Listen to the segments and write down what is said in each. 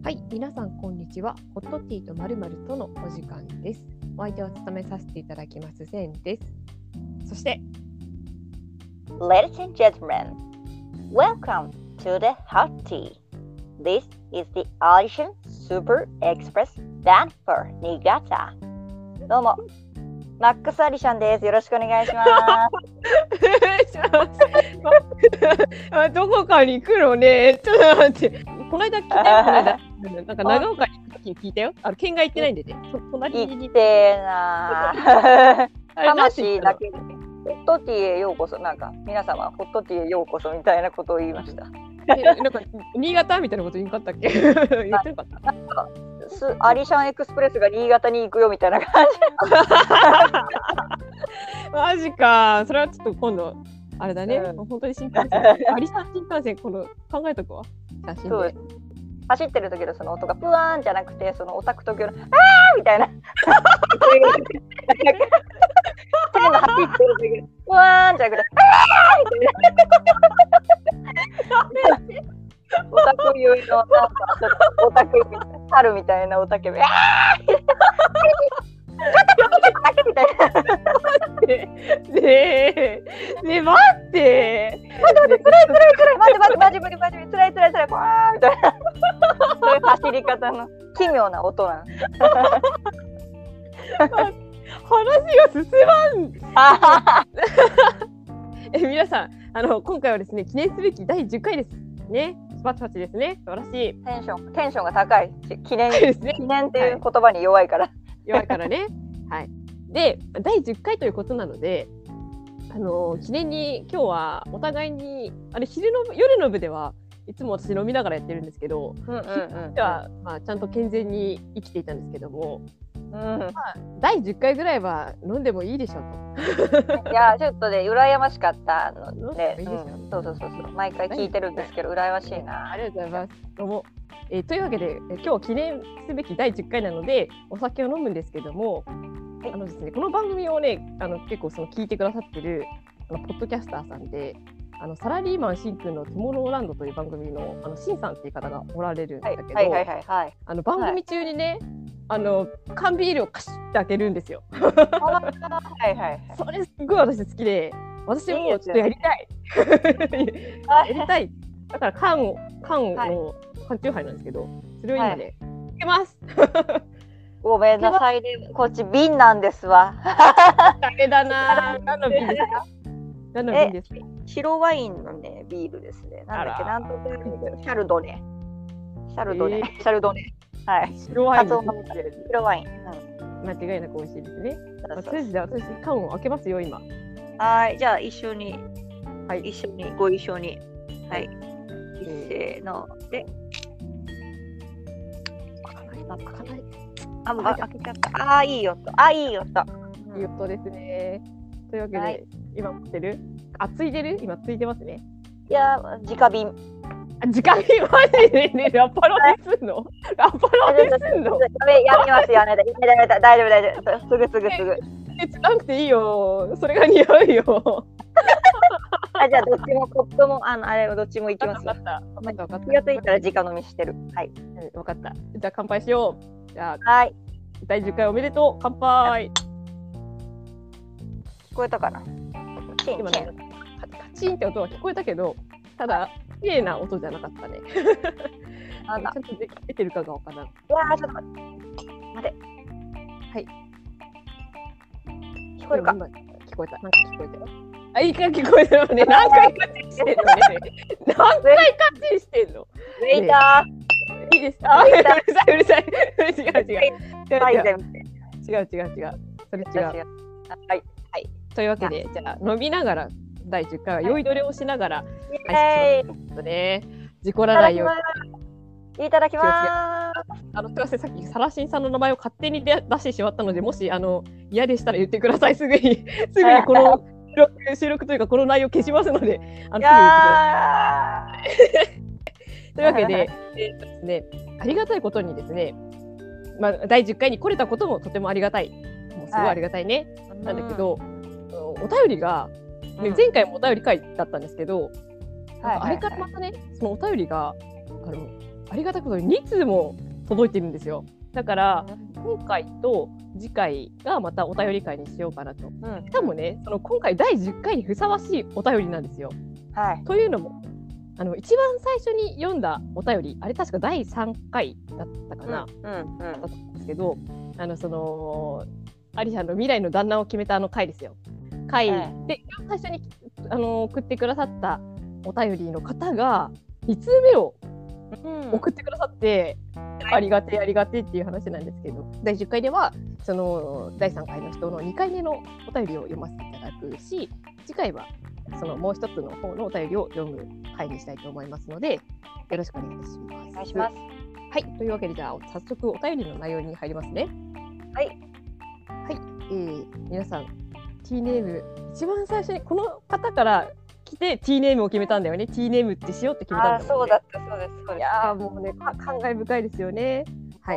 はい、皆さんこんにちは。ホットティーとまるまるとのお時間です。お相手を務めさせていただきますセンです。そして Ladies and gentlemen, welcome to the hot tea. This is the Audition Super Express band for Niigata. どうも、マックスアリシャンです。よろしくお願いします。 どこかに行くのね。ちょっと待って。この間聞いたよ。なんか長岡に行く時に聞いたよ。県外行ってないんでね。 隣に行ってな。魂だけで。ホットティーへようこそ。なんか皆様ホットティーへようこそみたいなことを言いました。 なんか新潟みたいなこと言いなかったっけ？言ってなかった。なんかアリシャンエクスプレスが新潟に行くよみたいな感じ。 マジか。それはちょっと今度あれだね。本当に新幹線。アリシャン新幹線今度考えとくわ。写真で。そうです。 走ってる時のその音がプワーンじゃなくて、そのオタク特有のあーみたいな。線が走ってる時にプワーンじゃなくてあーみたいな。オタクゆえのなんかオタク猿みたいなオタクみたいね待ってつらいつらいみたいなそういう走り方の奇妙な音なの話が進まん皆さん今回はですね記念すべき第10回ですね。パチパチですね。素晴らしい。 テンションが高い。記念ですね。記念っていう言葉に弱いから。 弱いからね。はい。で、第10回ということなので、記念に今日はお互いに夜の部ではいつも私飲みながらやってるんですけど、昼ではちゃんと健全に生きていたんですけども、第10回ぐらいは飲んでもいいでしょと。 いやちょっとね羨ましかったので、そう毎回聞いてるんですけど羨ましいな。 ありがとうございます。どうも。というわけで今日は記念すべき第10回なのでお酒を飲むんですけども、ですね、この番組をね結構聞いてくださってるポッドキャスターさんでサラリーマンしんくんのトゥモローランドという番組のしんさんっていう方がおられるんだけど、番組中にね缶ビールをカシッて開けるんですよ。それすごい私好きで、私もちょっとやりたい。やりたい。だから缶の缶チューハイなんですけど、それを今ね開けます。 ごめんなさいね、こっち瓶なんですわ。 ダメだな。何の瓶ですか？何の瓶ですか？ 白ワインのねビールですね。なんだっけ、なんとかシャルドネ。はい。 白ワイン。 白ワイン。 間違いなく美味しいですね。じゃあ私缶を開けますよ今。 はい、じゃあ一緒にご一緒に。はい。せーので。開かない。開けちゃった。いい音。いい音。 いい音ですね。というわけで、今持ってる？ついてる？今ついてますね。 いや直瓶。 直瓶マジでね、ラッパロですんの？ラッパロですんの？ やめますよね。大丈夫。すぐ。 つかなくていいよ。それが似合うよ。 じゃあどっちもコップもどっちもいきます。 分かった。 気がついたら直飲みしてる。はい。 分かった。じゃあ乾杯しよう。じゃあはい。 第10回おめでとう。乾杯。 聞こえたかな？ 今ね、カチンって音は聞こえたけど、ただ綺麗な音じゃなかったね。ちゃんと出てるかがわからん。 いやちょっと待って。はい。聞こえるか？ 聞こえた。なんか聞こえたよ。いいか聞こえたよね。何回カチンしてんのね。何回カチンしてんの。 ウェイター。いいです。うるさい。違う。それ違う。 はい。 というわけで、じゃあ飲みながら第10回は酔いどれをしながら配信しますね。事故らないように。いただきます。 すみません、さっきサラシンさんの名前を勝手に出してしまったので、もし嫌でしたら言ってください。すぐにこの収録というかこの内容消しますので、すぐ言ってください。というわけで、ですね、ありがたいことにですね、第10回に来れたこともとてもありがたい。もうすごいありがたいね。なんだけど、お便りが、前回もお便り会だったんですけど、あれからまたね、そのお便りがありがたいことに2通も届いてるんですよ。だから今回と次回がまたお便り会にしようかなと。しかもね、その今回第10回にふさわしいお便りなんですよ。 はい。 というのも一番最初に読んだお便り、あれ確か第3回だったかな、だったと思うんですけど、そのアリさんの未来の旦那を決めた回ですよ。回で最初に送ってくださったお便りの方が2通目を送ってくださって、ありがてえありがてえっていう話なんですけど、第10回ではその第3回の人の2回目のお便りを読ませていただくし、次回はそのもう一つの方のお便りを読む回にしたいと思いますので、よろしくお願いします。 お願いします。 はい、というわけでじゃあ早速お便りの内容に入りますね。 はい。 はい、皆さん T ネーム一番最初にこの方から来て T ネームを決めたんだよね。T ネームってしようって決めたんだよね。 そうだったそうです。 いやもうね感慨深いですよね。はい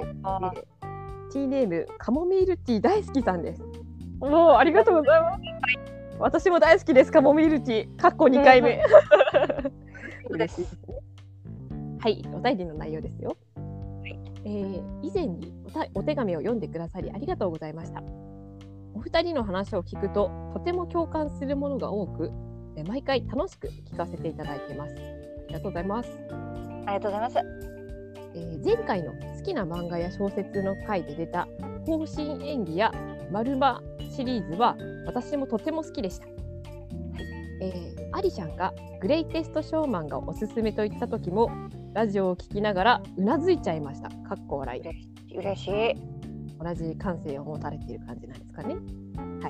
。T ネームカモミールティー大好きさんです。もうありがとうございます。私も大好きです。カモミールティーかっこ2回目。嬉しいですね。はい、お便りの内容ですよ。以前にお手紙を読んでくださりありがとうございました。お二人の話を聞くととても共感するものが多く、毎回楽しく聞かせていただいています。ありがとうございます。 ありがとうございます。 前回の好きな漫画や小説の回で出た方針演技やマルマシリーズは私もとても好きでした。アリシャンがグレイテストショーマンがおすすめと言った時もラジオを聞きながらうなずいちゃいました。かっこ笑い。 嬉しい。 同じ感性を持たれている感じなんですかね。はい。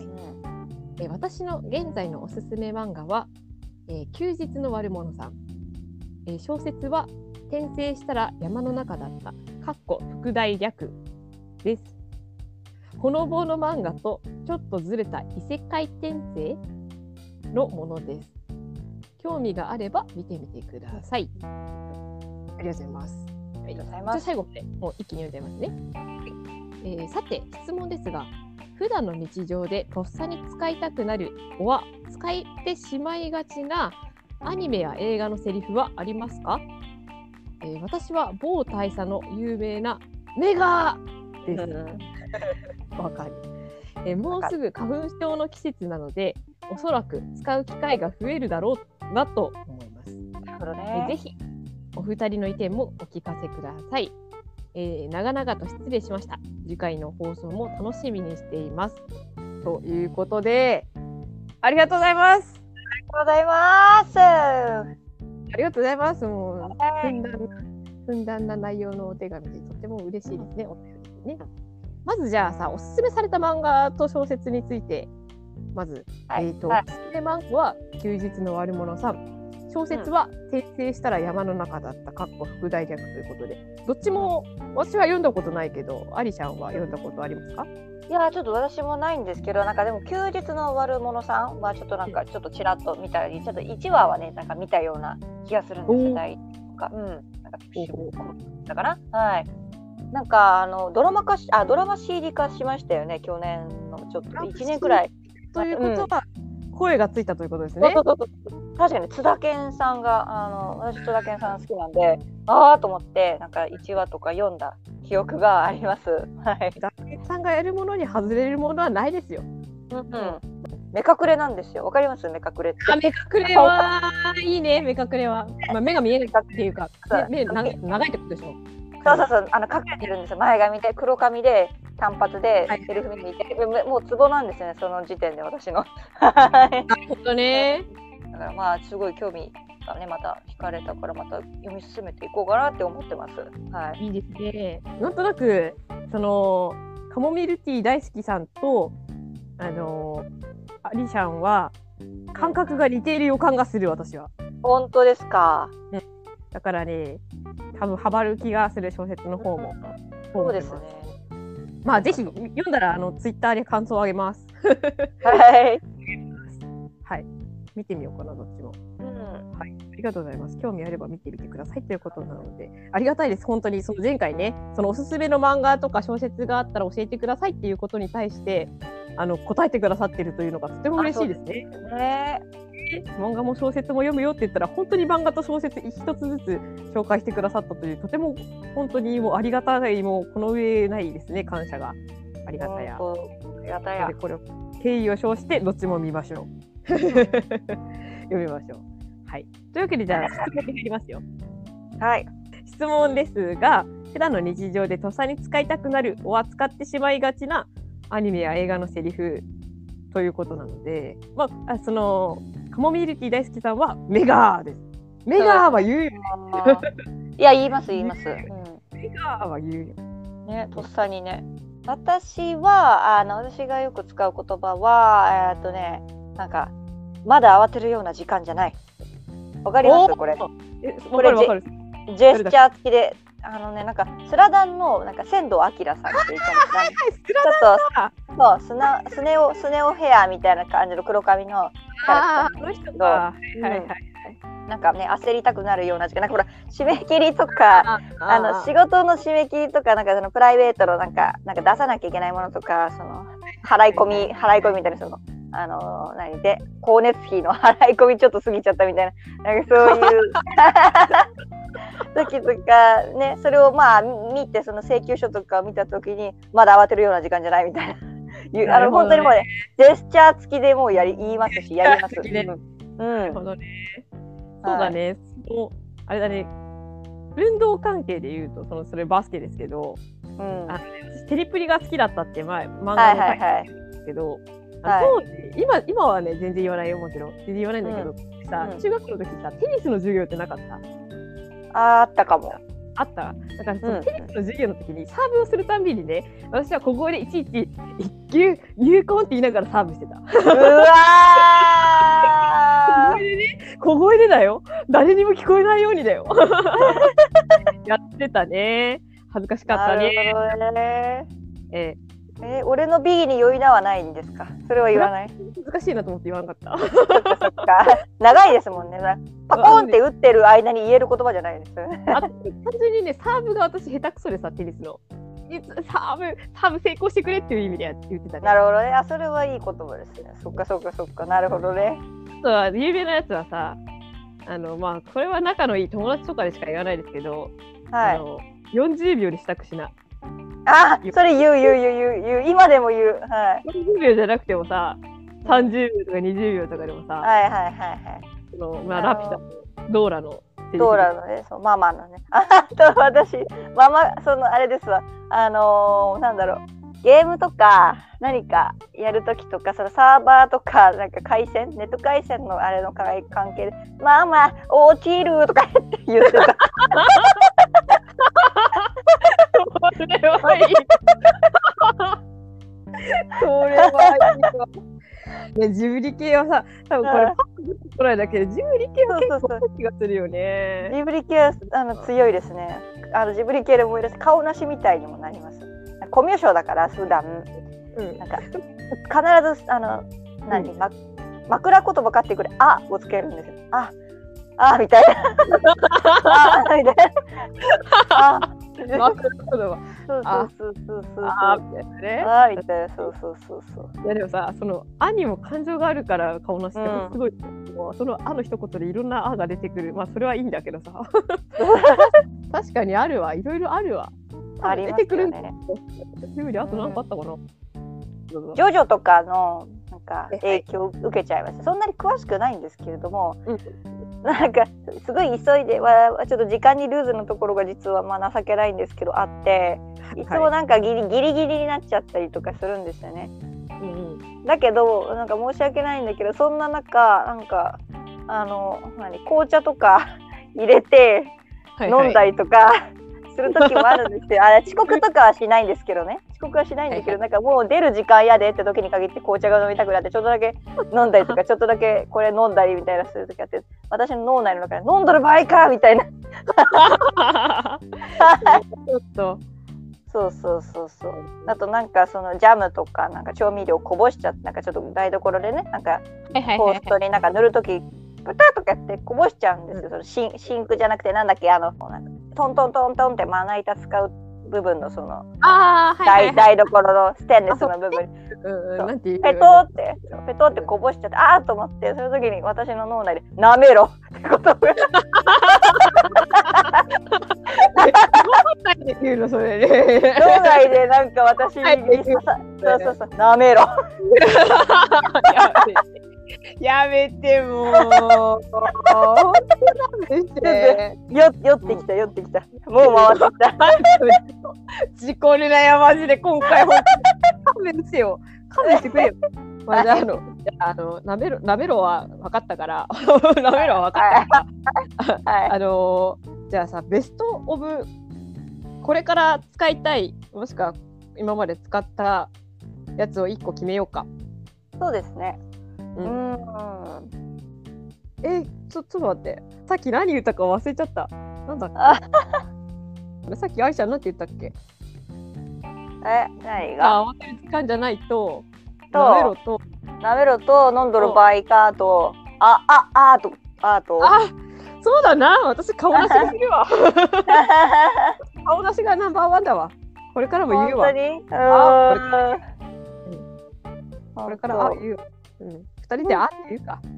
私の現在のおすすめ漫画は、休日の悪者さん。小説は転生したら山の中だった。かっこ副題略です。ほのぼの漫画とちょっとずれた異世界転生のものです。興味があれば見てみてください。ありがとうございます。 ありがとうございじゃます。 あ最後までもう一気に読んじゃいますね。さて質問ですが、普段の日常でとっさに使いたくなるは使ってしまいがちなアニメや映画のセリフはありますか？私は某大佐の有名なメガです。わかる。もうすぐ花粉症の季節なのでおそらく使う機会が増えるだろうなと思います。 なるほどね。 ぜひお二人の意見もお聞かせください。長々と失礼しました。次回の放送も楽しみにしています。ということで、ありがとうございます。 ありがとうございます。 ありがとうございます。もうふんだんな内容のお手紙でとても嬉しいですね。お便りですね。まずじゃあさ、おすすめされた漫画と小説について、まず、おすすめ漫画は休日の悪者さん。小説は転生したら山の中だったかっこ副題略ということで、どっちも私は読んだことないけど、アリちゃんは読んだことありますか？ いやちょっと私もないんですけど、なんかでも休日の悪者さんはちょっとなんかちょっとちらっと見たり、ちょっと1話はねなんか見たような気がするんですよ。第1話とか、なんかだかな。はい。なんかドラマ CD 化しましたよね。去年のちょっと1年くらい。 ということは、声がついたということですね。 確かに津田健さんが私津田健さん好きなんで、ああと思ってなんか1話とか読んだ記憶があります。はい。 津田健さんがやるものに外れるものはないですよ。 目隠れなんですよ。わかります？目隠れって。 目隠れはいいね。目隠れは、目が見えないっていうか、目長いってことでしょ。 そう隠れてるんですよ。前髪で黒髪で単発でセリフ見に行って、もうツボなんですね。その時点で私の。 なるほどね。 だからまあすごい興味がねまた惹かれたからまた読み進めていこうかなって思ってます。はい。 いいですね。なんとなくそのカモミールティー大好きさんとアリシャンは感覚が似ている予感がする私は。 本当ですか。 だからね、多分ハマる気がする小説の方も。 そうですね。 まあぜひ読んだらツイッターで感想をあげます。 はい。 はい。見てみようかなどっちも。はい。ありがとうございます。興味あれば見てみてくださいということなので、ありがたいです。本当にその前回ね、そのおすすめの漫画とか小説があったら教えてくださいっていうことに対して答えてくださっているというのがとても嬉しいですね。 漫画も小説も読むよって言ったら本当に漫画と小説一つずつ紹介してくださったという、とても本当にもうありがたい、もうこの上ないですね、感謝が。ありがたや。 ありがたや。 これを敬意を表してどっちも見ましょう。読みましょう。はい。というわけでじゃあ質問に入りますよ。 はい。 質問ですが、普段の日常でとっさに使いたくなるを扱ってしまいがちなアニメや映画のセリフということなので、まあ、そのカモミールティー大好きさんはメガーです。メガーは言うよね。 いや、言います。メガーは言うよね。とっさにね。私は私がよく使う言葉はなんかまだ慌てるような時間じゃない。わかりますこれ？ これわかる。 ジェスチャー付きでなんかスラダンのなんか仙道明さんっていうちょっとそうスネ夫ヘアみたいな感じの黒髪のキャラクターなんですけど、なんかね焦りたくなるような時間、なんかほら締め切りとか仕事の締め切りとか、なんかそのプライベートのなんか出さなきゃいけないものとか、その払い込みみたいな、その何で光熱費の払い込みちょっと過ぎちゃったみたいな、なんかそういう時とかね、それをまあ見て、その請求書とかを見た時にまだ慌てるような時間じゃないみたいな、本当にもうねジェスチャー付きでもう言いますしやります。 なるほどね。そうだね。あれだね。運動関係で言うとそれバスケですけど、私テリプリが好きだったって前漫画の書いてるんですけど、今はね全然言わないよ、もちろん全然言わないんだけど、さ中学の時さテニスの授業ってなかった？ あったかも。 あった。だからそのテニスの授業の時にサーブをするたんびにね、私は小声でいちいち一球有効って言いながらサーブしてた。うわ小声でだよ。誰にも聞こえないようにだよ。やってたね。恥ずかしかったね。 なるほどね。俺の B に酔いなはないんですか？それは言わない？ 難しいなと思って言わなかった。 そっか。長いですもんね。パコンって打ってる間に言える言葉じゃないです。 単純にね、サーブが私下手くそでさ、テニスの。サーブ成功してくれっていう意味で言ってたね。 なるほどね。それはいい言葉ですね。そっか。なるほどね。 有名なやつはさ、まあこれは仲のいい友達とかでしか言わないですけど、40秒にしたくしな。 それ言う。今でも言う。はい。 40秒じゃなくてもさ、30秒とか20秒とかでもさ、ラピュタ、ドーラのね、そうママのね。 私ママあれですわ。なんだろう。ゲームとか何かやるときとか、そのサーバーとかなんかネット回線のあれの関係でママ落ちるとかって言ってた。 それはいい。それはいいわ。ね、ジブリ系はさ、多分これパッと出てこないだけでジブリ系は結構気がするよね。 ジブリ系は強いですね。ジブリ系で思い出す顔なしみたいにもなります。コミュ障だから普段、なんか必ず枕言葉買ってくれ、をつけるんですよ。みたいな。みたいな。 枕言葉。 そうみたいな。そう。 いやでもさ、兄も感情があるから顔なしってすごい。そのの一言でいろんなが出てくる。まあそれはいいんだけどさ。確かにあるわ、いろいろあるわ。 ありますよね。 ジブリあと何かあったかな。 ジョジョとかのなんか影響を受けちゃいました。そんなに詳しくないんですけれども、なんかすごい急いではちょっと時間にルーズのところが実は情けないんですけどあって、いつもなんかギリギリになっちゃったりとかするんですよね。だけどなんか申し訳ないんだけど、そんな中なんか紅茶とか入れて飲んだりとかする時もあるんですよ。遅刻とかはしないんですけどね。遅刻はしないんだけど、なんかもう出る時間やでって時に限って紅茶が飲みたくなってちょっとだけ飲んだりとかちょっとだけこれ飲んだりみたいなする時あって、私の脳内の中で飲んどる場合かみたいな。ちょっとそうあとなんかそのジャムとかなんか調味料こぼしちゃって、なんかちょっと台所でね、なんかトーストになんか塗る時プタッとかやってこぼしちゃうんですよ。そのシンクじゃなくてなんだっけ、なんかトントントントンってまな板使う部分のその台所のステンレスの部分にペトってこぼしちゃってあーと思って、その時に私の脳内で舐めろってことを脳内でなんか私にそう舐めろやめてもう酔ってきたもう回ってきた事故るなやマジで今回本当に勘弁してくれよまあ、じゃあなめろは分かったからなめろは分かったから、はい、じゃあさベストオブこれから使いたいもしくは今まで使ったやつを1個決めようか。 そうですね。 ちょっと待って、さっき何言ったか忘れちゃった。なんだっけさっき愛ちゃんなんて言ったっけ。 何が慌てる時間じゃないとなめろと飲んどる場合かとそうだな、私顔出しするわ顔出しがナンバーワンだわ。これからも言うわ。 本当にこれから言う。2人でって言うか。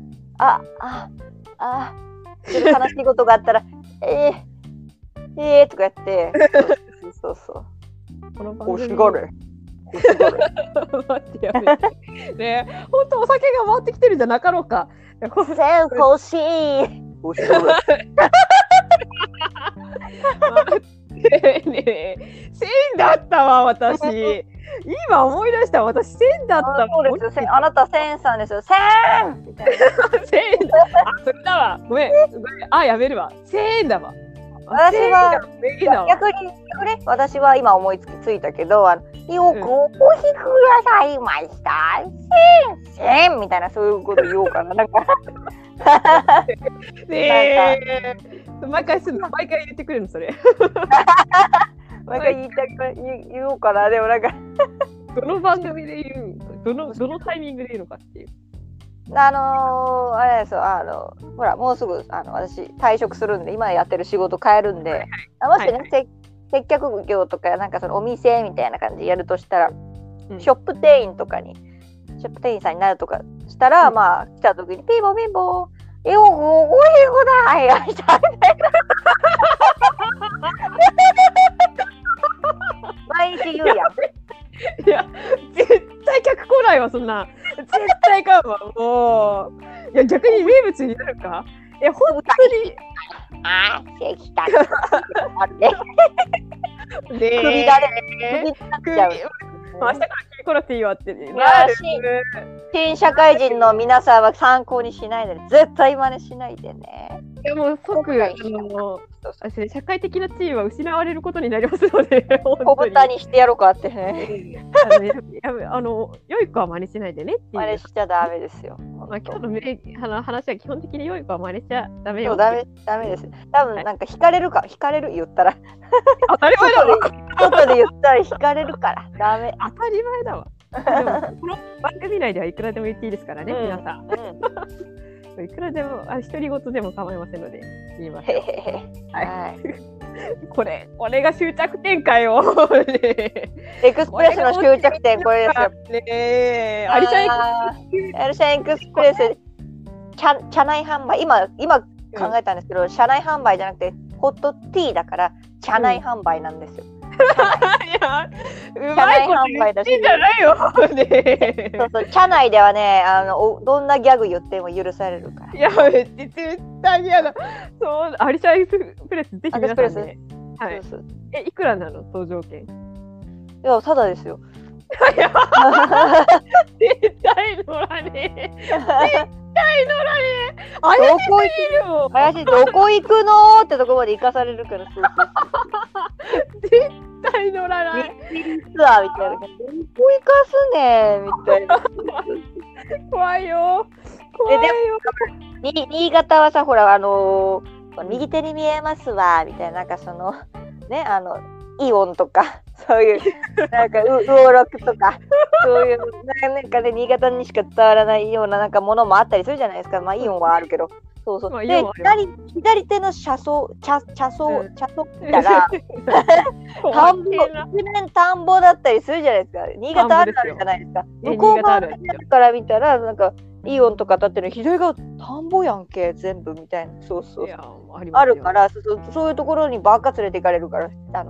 ちょっと悲しいことがあったらとかやってそうこの番組欲しがれ待ってやめてねえ、ほんとお酒が回ってきてるんじゃなかろうか。 欲しい欲しがれねえ、1000だったわ私今思い出した私1000だった。 そうですよ、あなた1000さんですよ。1000みたいな 1000だそれだわ、ごめんやめるわ、1000円だわ。 私は逆に私は今思いついたけど、よくお聞きくださいました1000みたいな、そういうこと言おうかな。なんか毎回言ってくれるのそれ毎回言おうかな。でもなんかどの番組で言うどのタイミングで言うのかっていう。 あれですよ、ほらもうすぐ私退職するんで、今やってる仕事変えるんで、もしね、接客業とかなんかそのお店みたいな感じでやるとしたら、ショップ店員さんになるとかしたら、まあ来た時にピーボーピーボーよくおいくだいみたいな毎日言うやん。 いや絶対客来ないわ、そんな絶対買うわもう。いや逆に名物になるか。いや本当にできた首だね、首になっちゃう。 明日から君来なくていいわって新社会人の皆さんは参考にしないでね、絶対真似しないでね。 いやもう即社会的な地位は失われることになりますので小豚にしてやろうかってね良い子は真似しないでねっていう。 真似しちゃダメですよ。 今日の話は基本的に良い子は真似しちゃダメよ。 ダメです。多分なんか惹かれる言ったら当たり前だわ外で言ったら惹かれるからダメ。 当たり前だわ。でもこの番組内ではいくらでも言っていいですからね、皆さん。いくらでも独り言でも構いませんので言います。はい。これが終着点かよ。 エクスプレスの終着点これですよ。 ね、アリシャエクスプレス車内販売、今考えたんですけど、車内販売じゃなくてホットティーだから車内販売なんですよ。 いや、うまいこと言ってんじゃないよ。 そう車内ではね、どんなギャグ言っても許されるから。 いや絶対嫌だ。そうアリシャエクスプレスぜひ皆さんね。はい。いくらなの搭乗券？ いやただですよ。 絶対乗らねえ。怪しすぎるもん。 怪しい。どこ行くのってとこまで行かされるから。 絶対乗らない。 ツアーみたいな。どこ行かすねみたいな。 怖いよ。 新潟はさ、ほら右手に見えますわみたいな、なんかそのねイオンとかそういうなんか魚六とかそういうなんかね新潟にしか伝わらないようななんかものもあったりするじゃないですか。まあイオンはあるけどそうそう。 まあで要はよ左手の車窓見たら田んぼ、一面田んぼだったりするじゃないですか。新潟あるあるじゃないですか。向こう側から見たらなんかイオンとか建ってる左側田んぼやんけ全部みたいな。そうそう。 いやあるからそういうところにばっか連れて行かれるから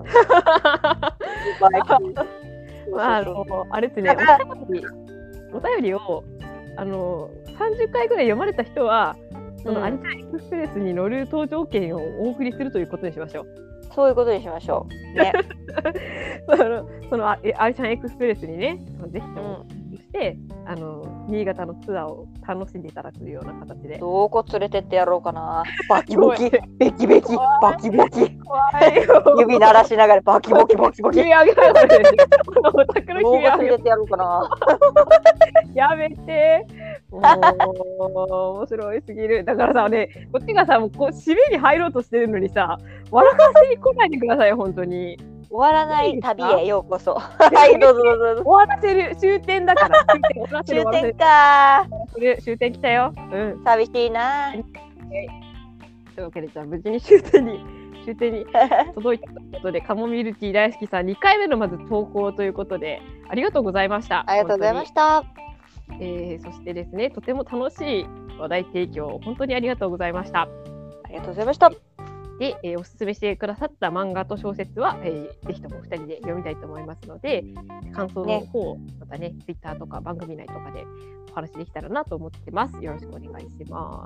あれですね。お便りを30回ぐらい読まれた人はそのアリちゃんエクスプレスに乗る搭乗券をお送りするということにしましょう。 そういうことにしましょう。ね。 そのアリちゃんエクスプレスにね、ぜひともして新潟のツアーを楽しんでいただくような形で。 どこ連れてってやろうかな。バキバキ、ベキベキ、バキバキ。指鳴らしながらバキバキバキバキ。 指上げながらね。 どこ連れてってやろうかな。 やめて。面白いすぎる。だからさね、こっちがさもうこう締めに入ろうとしてるのにさ、笑かせに来ないでください本当に。 終わらない旅へようこそ。はい、どうぞどうぞ。 終わらせる終点だから。 終点か。 終点来たよ。 寂しいな。 というわけでじゃあ無事に終点に届いたということで、カモミールティー大好きさん2回目のまず投稿ということでありがとうございました。 ありがとうございました。 そしてですね、とても楽しい話題提供本当にありがとうございました。 ありがとうございました。 で、おすすめしてくださった漫画と小説は、ぜひとも2人で読みたいと思いますので、感想の方、またね、Twitter とか番組内とかでお話できたらなと思ってます。よろしくお願いします。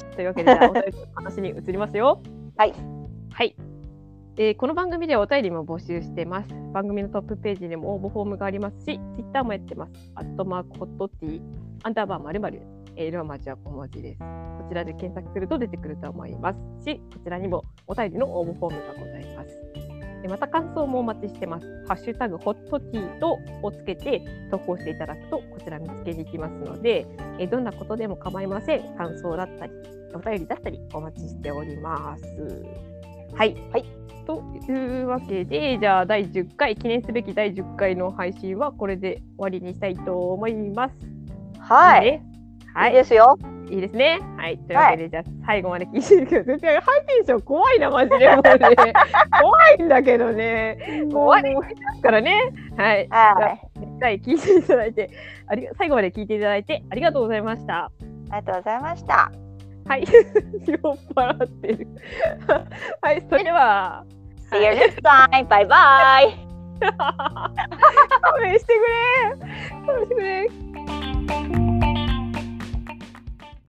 というわけで、じゃあお便りの話に移りますよ。 はい。 はい。この番組ではお便りも募集してます。番組のトップページにも応募フォームがありますし、Twitter もやってます。@hot_t_○○ローマ字は小文字です。こちらで検索すると出てくると思いますし、こちらにもお便りの応募フォームがございます。また感想もお待ちしてます。ハッシュタグホットティーとをつけて投稿していただくとこちら見つけに行きますので、どんなことでも構いません。感想だったりお便りだったりお待ちしております。はい、はい、というわけで、じゃあ第10回記念すべき第10回の配信はこれで終わりにしたいと思います。 はい。はい、いいですよ。 いいですね。はい。というわけで、じゃあ最後まで聞いてるけど、全然ハイテンション怖いな、マジで。もうね、怖いんだけどね。終わりですからね。はい。はい。実際聞いていただいて、最後まで聞いていただいてありがとうございました。 ありがとうございました。 はい。酔っ払ってる。はい。それでは。 See you next time. Bye bye. 勘弁してくれ。勘弁してくれ。